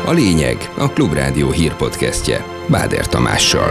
A lényeg a Klubrádió hírpodcastje Báder Tamással.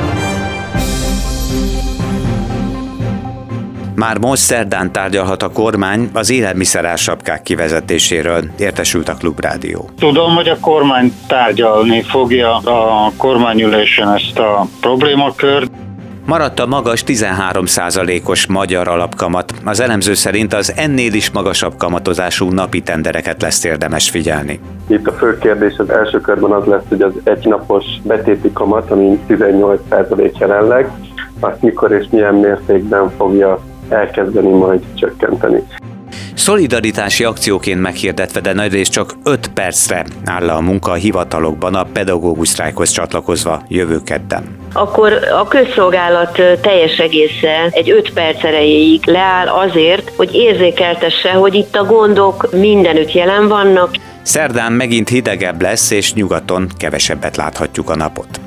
Már most szerdán tárgyalhat a kormány az élelmiszerársapkák kivezetéséről, értesült a Klubrádió. Tudom, hogy a kormány tárgyalni fogja a kormányülésen ezt a problémakört. Maradt a magas 13%-os magyar alapkamat. Az elemző szerint az ennél is magasabb kamatozású napi tendereket lesz érdemes figyelni. Itt a fő kérdés az első körben az lesz, hogy az egynapos betéti kamat, ami 18% jelenleg, azt mikor és milyen mértékben fogja elkezdeni majd csökkenteni. Szolidaritási akcióként meghirdetve, de nagyrészt csak 5 percre áll le a munka a hivatalokban a pedagógus sztrájkhoz csatlakozva jövő kedden. Akkor a közszolgálat teljes egésze egy 5 perc erejéig leáll azért, hogy érzékeltesse, hogy itt a gondok mindenütt jelen vannak. Szerdán megint hidegebb lesz, és nyugaton kevesebbet láthatjuk a napot.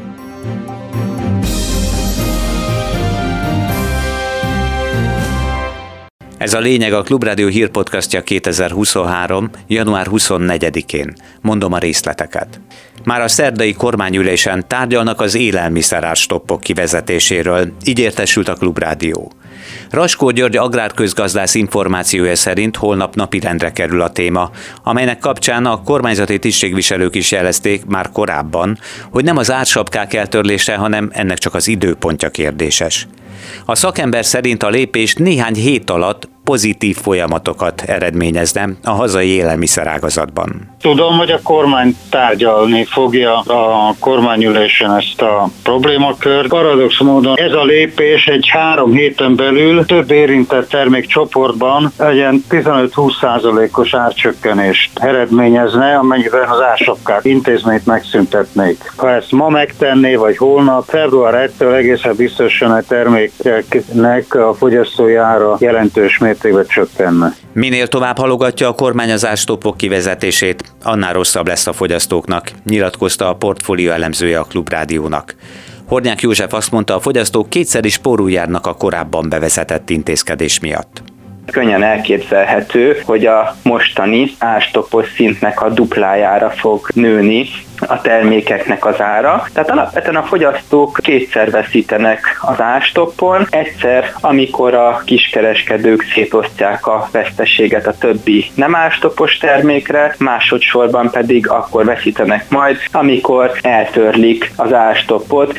Ez a lényeg, a Klubrádió hírpodcastja 2023. január 24-én. Mondom a részleteket. Már a szerdai kormányülésen tárgyalnak az élelmiszerárstoppok kivezetéséről, így értesült a Klubrádió. Raskó György agrárközgazdász információja szerint holnap napirendre kerül a téma, amelynek kapcsán a kormányzati tisztségviselők is jelezték már korábban, hogy nem az ársapkák eltörlése, hanem ennek csak az időpontja kérdéses. A szakember szerint a lépés néhány hét alatt pozitív folyamatokat eredményezne a hazai élelmiszerágazatban. Tudom, hogy a kormány tárgyalni fogja a kormányülésen ezt a problémakört. Paradox módon ez a lépés egy 3 héten belül több érintett termékcsoportban legyen 15-20%-os árcsökkenést eredményezne, amennyiben az ársapkák intézményt megszüntetnék. Ha ezt ma megtenné, vagy holnap, február 1-től egészen biztosan a termékeknek a fogyasztói ára jelentős mértékben csökkenne. Minél tovább halogatja a kormány az árstoppok kivezetését, annál rosszabb lesz a fogyasztóknak, nyilatkozta a portfólió elemzője a Klubrádiónak. Hornyák József azt mondta, a fogyasztók kétszer is pórul járnak a korábban bevezetett intézkedés miatt. Könnyen elképzelhető, hogy a mostani árstoppos szintnek a duplájára fog nőni a termékeknek az ára. Tehát alapvetően a fogyasztók kétszer veszítenek az árstoppon. Egyszer, amikor a kiskereskedők szétosztják a veszteséget a többi nem árstoppos termékre, másodszorban pedig akkor veszítenek majd, amikor eltörlik az árstoppot.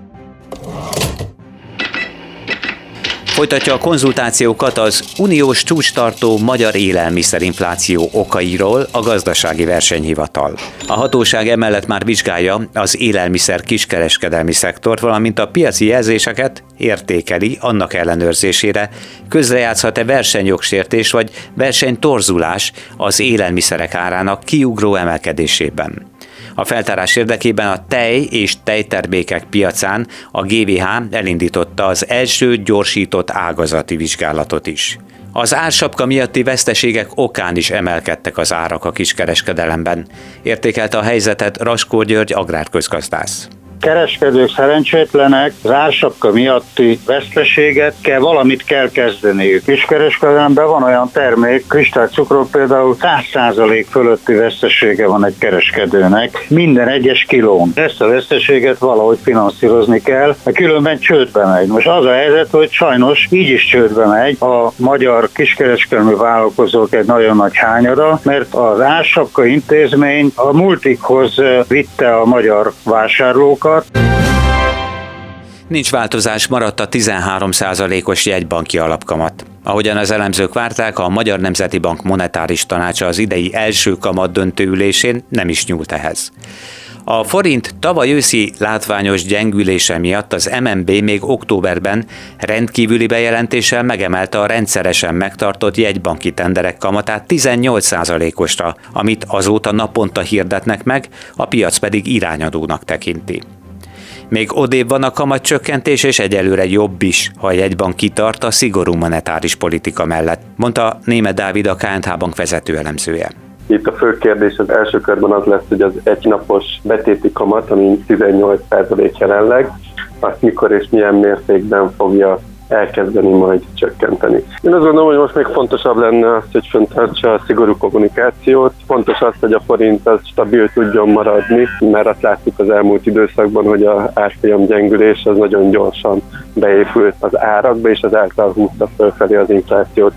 Folytatja a konzultációkat az uniós csúcstartó magyar élelmiszerinfláció okairól a Gazdasági Versenyhivatal. A hatóság emellett már vizsgálja az élelmiszer kiskereskedelmi szektort, valamint a piaci jelzéseket értékeli annak ellenőrzésére, közrejátszhat-e versenyjogsértés vagy versenytorzulás az élelmiszerek árának kiugró emelkedésében. A feltárás érdekében a tej és tejtermékek piacán a GVH elindította az első gyorsított ágazati vizsgálatot is. Az ársapka miatti veszteségek okán is emelkedtek az árak a kiskereskedelemben, értékelte a helyzetet Raskó György agrárközgazdász. Kereskedők szerencsétlenek, az ársapka miatti veszteséget valamit kell kezdeniük. Kiskereskedelemben van olyan termék, kristálycukror például 100% fölötti vesztesége van egy kereskedőnek minden egyes kilón. Ezt a veszteséget valahogy finanszírozni kell, különben csődbe megy. Most az a helyzet, hogy sajnos így is csődbe megy a magyar kiskereskedelmi vállalkozók egy nagyon nagy hányada, mert az ársapka intézmény a multikhoz vitte a magyar vásárlókat. Nincs változás, maradt a 13%-os jegybanki alapkamat. Ahogyan az elemzők várták, a Magyar Nemzeti Bank monetáris tanácsa az idei első kamat döntőülésén nem is nyúlt ehhez. A forint tavaly őszi látványos gyengülése miatt az MNB még októberben rendkívüli bejelentéssel megemelte a rendszeresen megtartott jegybanki tenderek kamatát 18%-osra, amit azóta naponta hirdetnek meg, a piac pedig irányadónak tekinti. Még odébb van a kamatcsökkentés, és egyelőre jobb is, ha a jegybank kitart a szigorú monetáris politika mellett, mondta Németh Dávid, a KNH Bank vezető elemzője. Itt a fő kérdés az első körben az lesz, hogy az egynapos betéti kamat, ami 18% jelenleg, azt mikor és milyen mértékben fogja elkezdeni majd csökkenteni. Én azt gondolom, hogy most még fontosabb lenne az, hogy fenntartsa a szigorú kommunikációt. Fontos az, hogy a forint az stabil tudjon maradni, mert azt láttuk az elmúlt időszakban, hogy az árfolyam gyengülés az nagyon gyorsan beépült az árakba, és ezáltal húzta fölfelé az inflációt.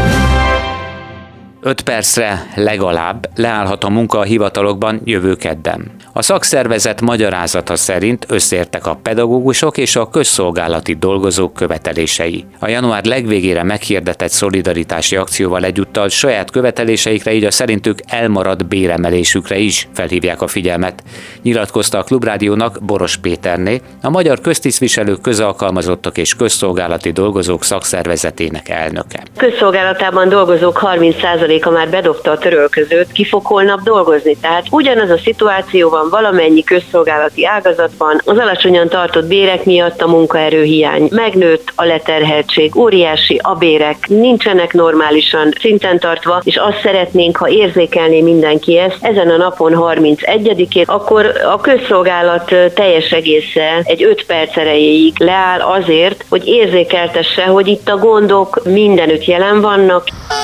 5 percre legalább leállhat a munka a hivatalokban jövő kedden. A szakszervezet magyarázata szerint összeértek a pedagógusok és a közszolgálati dolgozók követelései. A január legvégére meghirdetett szolidaritási akcióval egyúttal saját követeléseikre, így a szerintük elmaradt béremelésükre is felhívják a figyelmet. Nyilatkozta a Klubrádiónak Boros Péterné, a Magyar Köztisztviselők, Közalkalmazottak és Közszolgálati Dolgozók Szakszervezetének elnöke. Közszolgálatában dolgozók 30%-a már bedobta a törölközőt, ki fog holnap dolgozni. Tehát ugyanaz a szituáció van valamennyi közszolgálati ágazatban. Az alacsonyan tartott bérek miatt a munkaerőhiány megnőtt, a leterheltség óriási, a bérek nincsenek normálisan szinten tartva, és azt szeretnénk, ha érzékelné mindenki ezt, ezen a napon 31-én, akkor a közszolgálat teljes egésze egy 5 perc erejéig leáll azért, hogy érzékeltesse, hogy itt a gondok mindenütt jelen vannak.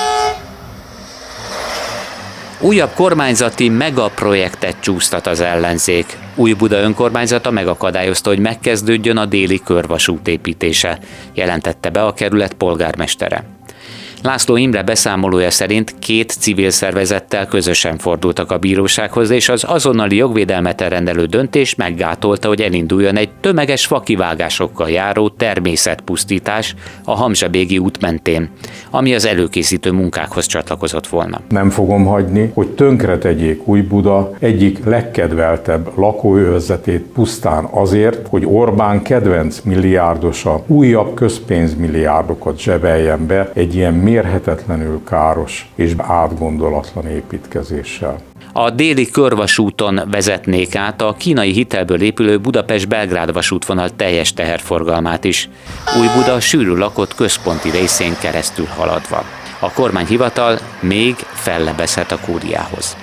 Újabb kormányzati megaprojektet csúsztat az ellenzék. Újbuda önkormányzata megakadályozta, hogy megkezdődjön a déli körvasút építése, jelentette be a kerület polgármestere. László Imre beszámolója szerint 2 civil szervezettel közösen fordultak a bírósághoz, és az azonnali jogvédelmet elrendelő döntés meggátolta, hogy elinduljon egy tömeges fakivágásokkal járó természetpusztítás a Hamzsabégi út mentén, ami az előkészítő munkákhoz csatlakozott volna. Nem fogom hagyni, hogy tönkretegyék Újbuda egyik legkedveltebb lakóövezetét pusztán azért, hogy Orbán kedvenc milliárdosa újabb közpénzmilliárdokat zsebeljen be egy ilyen mérhetetlenül káros és átgondolatlan építkezéssel. A déli körvasúton vezetnék át a kínai hitelből épülő Budapest-Belgrád vasútvonal teljes teherforgalmát is, Újbuda sűrű lakott központi részén keresztül haladva. A kormányhivatal még fellebezhet a kúriához.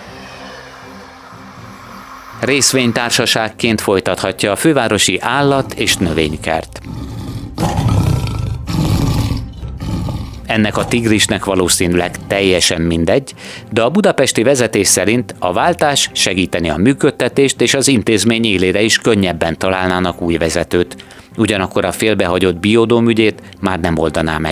Részvénytársaságként folytathatja a fővárosi állat- és növénykert. Ennek a tigrisnek valószínűleg teljesen mindegy, de a budapesti vezetés szerint a váltás segíteni a működtetést, és az intézmény élére is könnyebben találnának új vezetőt. Ugyanakkor a félbehagyott biodóm ügyét már nem oldaná meg.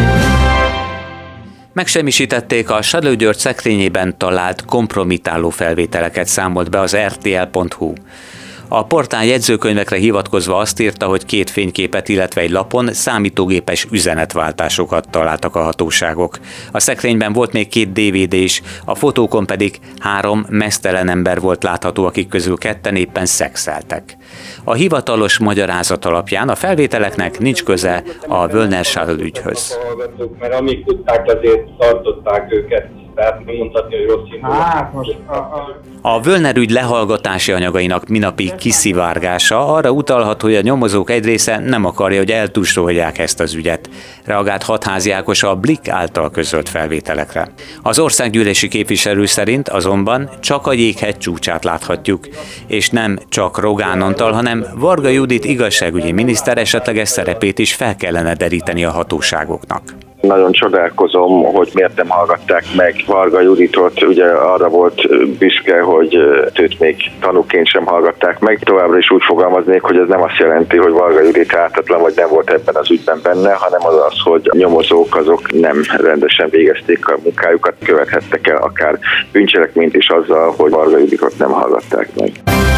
Megsemmisítették a Sallőgyörgy szekrényében talált kompromitáló felvételeket, számolt be az RTL.hu. A portál jegyzőkönyvekre hivatkozva azt írta, hogy 2 fényképet, illetve egy lapon számítógépes üzenetváltásokat találtak a hatóságok. A szekrényben volt még 2 DVD is, a fotókon pedig 3 meztelen ember volt látható, akik közül 2 éppen szexeltek. A hivatalos magyarázat alapján a felvételeknek nincs köze a Völner-Sáll ügyhöz. Mert amíg tudták, azért tartották őket. Tehát mondhatni, hogy rossz indulat. A Völner ügy lehallgatási anyagainak minapi kiszivárgása arra utalhat, hogy a nyomozók egy része nem akarja, hogy eltusolják ezt az ügyet. Reagált Hatházi Ákos a Blick által közölt felvételekre. Az országgyűlési képviselő szerint azonban csak a jéghegy csúcsát láthatjuk, és nem csak Rogán Antal, hanem Varga Judit igazságügyi miniszter esetleges szerepét is fel kellene deríteni a hatóságoknak. Nagyon csodálkozom, hogy miért nem hallgatták meg Varga Juditot, ugye arra volt büszke, hogy őt még tanúként sem hallgatták meg. Továbbra is úgy fogalmaznék, hogy ez nem azt jelenti, hogy Varga Judit ártatlan vagy nem volt ebben az ügyben benne, hanem az, hogy a nyomozók azok nem rendesen végezték a munkájukat, követhettek el akár bűncselekményt is azzal, hogy Varga Juditot nem hallgatták meg.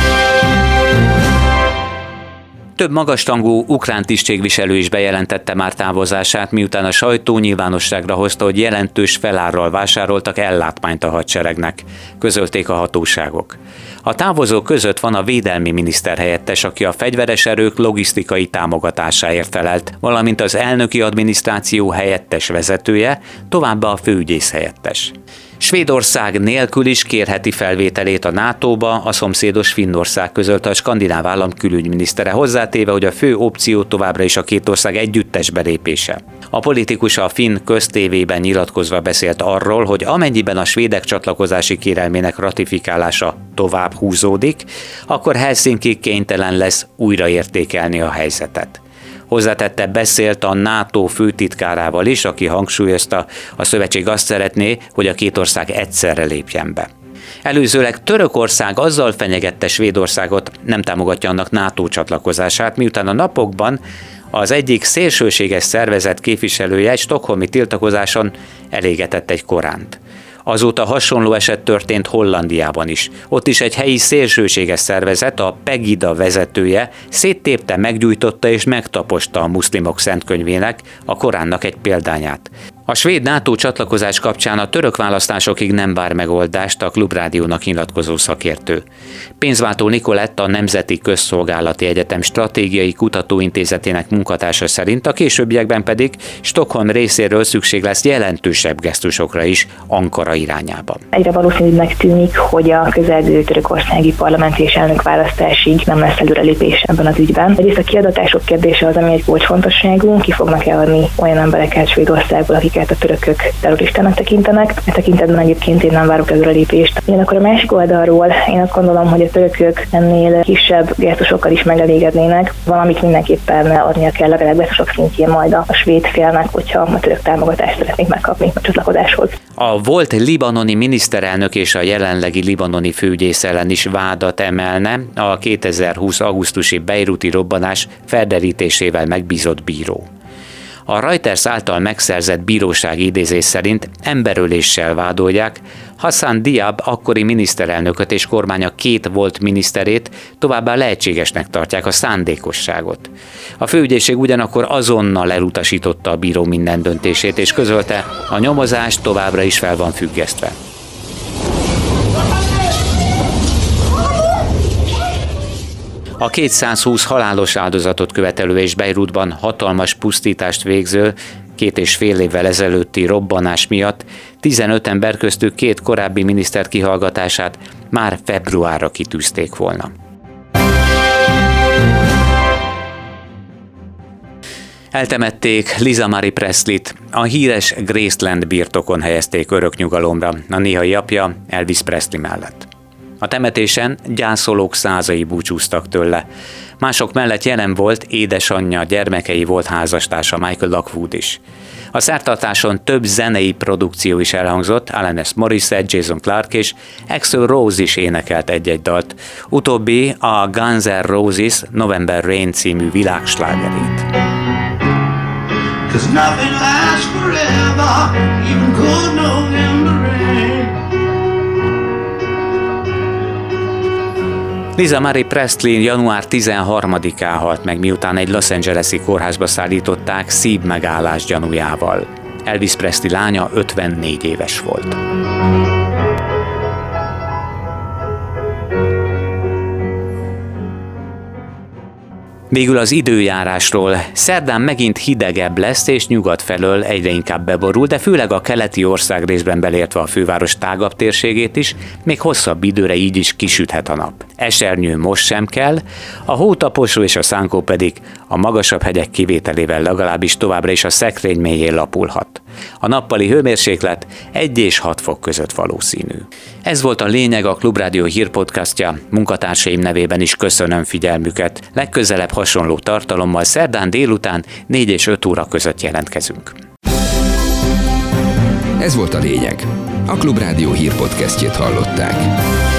Több magastangú ukrán tisztségviselő is bejelentette már távozását, miután a sajtó nyilvánosságra hozta, hogy jelentős felárral vásároltak ellátmányt a hadseregnek, közölték a hatóságok. A távozók között van a védelmi miniszter helyettes, aki a fegyveres erők logisztikai támogatásáért felelt, valamint az elnöki adminisztráció helyettes vezetője, továbbá a főügyész helyettes. Svédország nélkül is kérheti felvételét a NATO-ba, a szomszédos Finnország, közölte a skandináv állam külügyminisztere, hozzátéve, hogy a fő opció továbbra is a 2 ország együttes belépése. A politikus a finn köztévében nyilatkozva beszélt arról, hogy amennyiben a svédek csatlakozási kérelmének ratifikálása tovább húzódik, akkor Helsinki kénytelen lesz újraértékelni a helyzetet. Hozzátette, beszélt a NATO főtitkárával is, aki hangsúlyozta, a szövetség azt szeretné, hogy a két ország egyszerre lépjen be. Előzőleg Törökország azzal fenyegette Svédországot, nem támogatja annak NATO csatlakozását, miután a napokban az egyik szélsőséges szervezet képviselője egy stockholmi tiltakozáson elégetett egy Koránt. Azóta hasonló eset történt Hollandiában is. Ott is egy helyi szélsőséges szervezet, a Pegida vezetője széttépte, meggyújtotta és megtaposta a muszlimok szentkönyvének, a Koránnak egy példányát. A svéd NATO csatlakozás kapcsán a török választásokig nem vár megoldást a Klubrádiónak nyilatkozó szakértő. Pénzváltó Nikolett, a Nemzeti Közszolgálati Egyetem Stratégiai Kutatóintézetének munkatársa szerint, a későbbiekben pedig Stockholm részéről szükség lesz jelentősebb gesztusokra is Ankara irányába. Egyre valószínűbbnek tűnik, hogy a közelgő törökországi parlamenti és elnökválasztásig nem lesz előrelépés ebben az ügyben. Egyrészt a kiadatások kérdése az, ami egy kulcsfontosságú, ki fognak adni olyan embereket Svédországból, akiket a törökök terroristának tekintenek. E tekintetben egyébként én nem várok előrelépést. Ugyanakkor a másik oldalról én azt gondolom, hogy a törökök ennél kisebb gesztusokkal is megelégednének, valamit mindenképpen adnia kell legalább gesztusok szintjén majd a svéd félnek, hogyha a török támogatást szeretnék megkapni a csatlakozáshoz. A volt libanoni miniszterelnök és a jelenlegi libanoni főügyész ellen is vádat emelne a 2020. augusztusi beiruti robbanás felderítésével megbízott bíró. A Reuters által megszerzett bírósági idézés szerint emberöléssel vádolják Hassan Diab akkori miniszterelnököt és kormánya 2 volt miniszterét, továbbá lehetségesnek tartják a szándékosságot. A főügyészség ugyanakkor azonnal elutasította a bíró minden döntését, és közölte, a nyomozás továbbra is fel van függesztve. A 220 halálos áldozatot követelő és Beirutban hatalmas pusztítást végző 2,5 évvel ezelőtti robbanás miatt 15 ember köztük 2 korábbi miniszter kihallgatását már februárra kitűzték volna. Eltemették Lisa Marie Presleyt, a híres Graceland birtokon helyezték öröknyugalomra, a néhai apja Elvis Presley mellett. A temetésen gyászolók százai búcsúztak tőle. Mások mellett jelen volt édesanyja, gyermekei volt házastársa Michael Lockwood is. A szertartáson több zenei produkció is elhangzott, Alanis Morissette, Jason Clarke és Axl Rose is énekelt egy-egy dalt. Utóbbi a Guns N' Roses November Rain című világslágerét. Lisa Marie Presley január 13-án halt meg, miután egy Los Angeles-i kórházba szállították szívmegállás gyanújával. Elvis Presley lánya 54 éves volt. Végül az időjárásról. Szerdán megint hidegebb lesz, és nyugat felől egyre inkább beborul, de főleg a keleti országrészben belértve a főváros tágabb térségét is, még hosszabb időre így is kisüthet a nap. Esernyő most sem kell, a hótaposó és a szánkó pedig a magasabb hegyek kivételével legalábbis továbbra is a szekrény mélyén lapulhat. A nappali hőmérséklet 1 és 6 fok között valószínű. Ez volt a lényeg, a Klubrádió hírpodcastja. Munkatársaim nevében is köszönöm figyelmüket. Legközelebb hasonló tartalommal szerdán délután 4 és 5 óra között jelentkezünk. Ez volt a lényeg. A Klubrádió hírpodcastjét hallották.